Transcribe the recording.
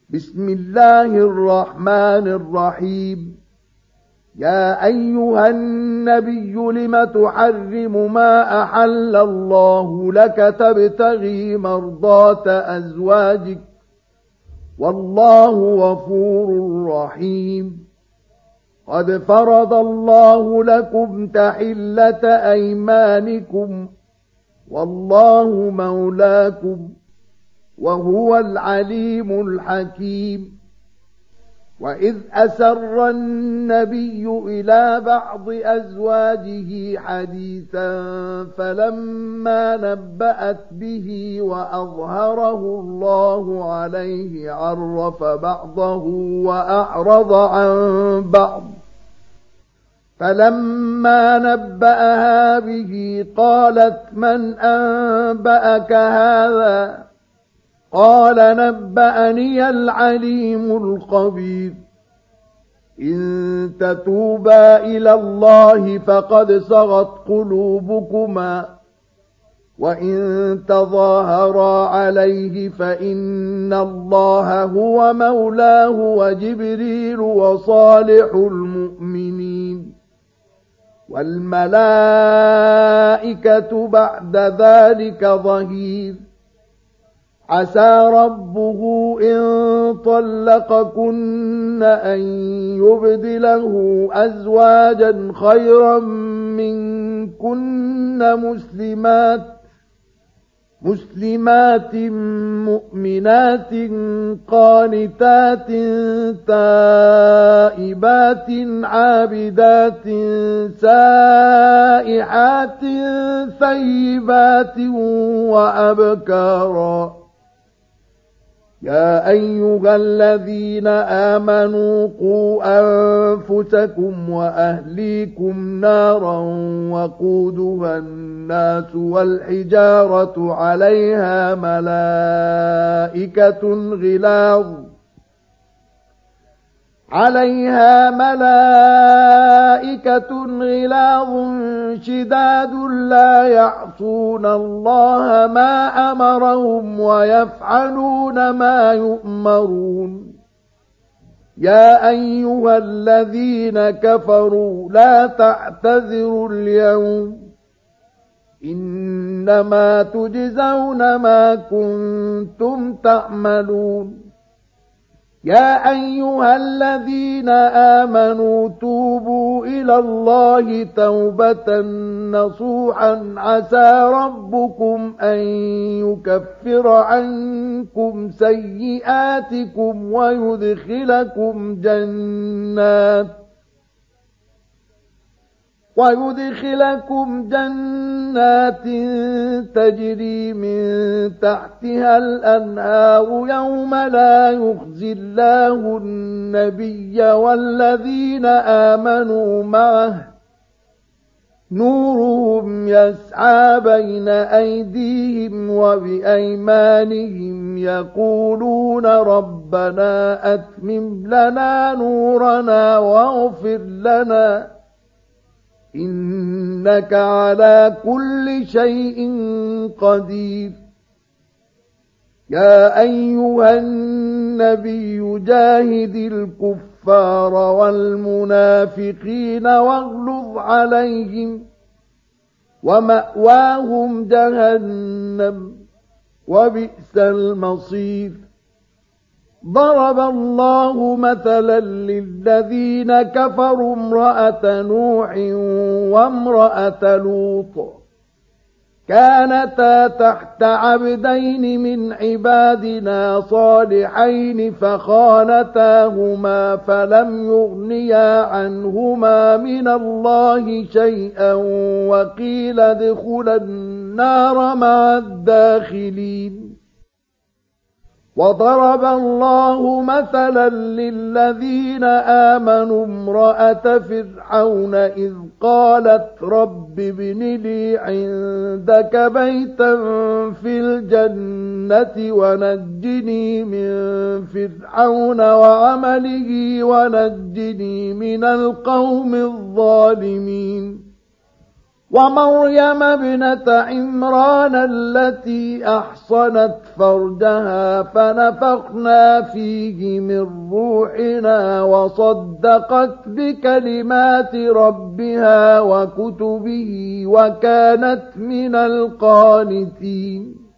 بسم الله الرحمن الرحيم. يا أيها النبي لم تحرم ما أحل الله لك تبتغي مرضات أزواجك والله غفور رحيم. قد فرض الله لكم تحلة أيمانكم والله مولاكم وهو العليم الحكيم. وإذ أسر النبي إلى بعض أزواجه حديثا فلما نبأت به وأظهره الله عليه عرف بعضه وأعرض عن بعض، فلما نبأها به قالت من أنبأك هذا؟ قال نبأني العليم الخبير. إن تتوبا إلى الله فقد صغت قلوبكما وإن تظاهرا عليه فإن الله هو مولاه وجبريل وصالح المؤمنين والملائكة بعد ذلك ظهير. عسى ربه إن طلقكن أن يبدله أزواجا خيرا منكن مسلمات مؤمنات قانتات تائبات عابدات سائحات ثيبات وأبكارا. يا أيها الذين آمنوا قوا أنفسكم وأهليكم نارا وقودها الناس والحجارة عليها ملائكة غلاظ شداد لا يعصون الله ما أمرهم ويفعلون ما يؤمرون. يا أيها الذين كفروا لا تعتذروا اليوم إنما تجزون ما كنتم تعملون. يا أيها الذين آمنوا توبوا إلى الله توبة نصوحا عسى ربكم أن يكفر عنكم سيئاتكم ويدخلكم جنات تجري من تحتها الأنهار يوم لا يخزي الله النبي والذين آمنوا معه نورهم يسعى بين أيديهم وبأيمانهم يقولون ربنا أتمم لنا نورنا واغفر لنا إنك على كل شيء قدير. يا أيها النبي جاهد الكفار والمنافقين واغلظ عليهم ومأواهم جهنم وبئس المصير. ضرب الله مثلا للذين كفروا امرأة نوح وامرأة لوط كانتا تحت عبدين من عبادنا صالحين فخانتاهما فلم يغنيا عنهما من الله شيئا وقيل ادخلا النار مع الداخلين. وضرب الله مثلا للذين آمنوا امرأة فرعون إذ قالت رب ابن لي عندك بيتا في الجنة ونجني من فرعون وعمله ونجني من القوم الظالمين. ومريم ابنة عمران التي أحصنت فرجها فنفخنا فيه من روحنا وصدقت بكلمات ربها وكتبه وكانت من القانتين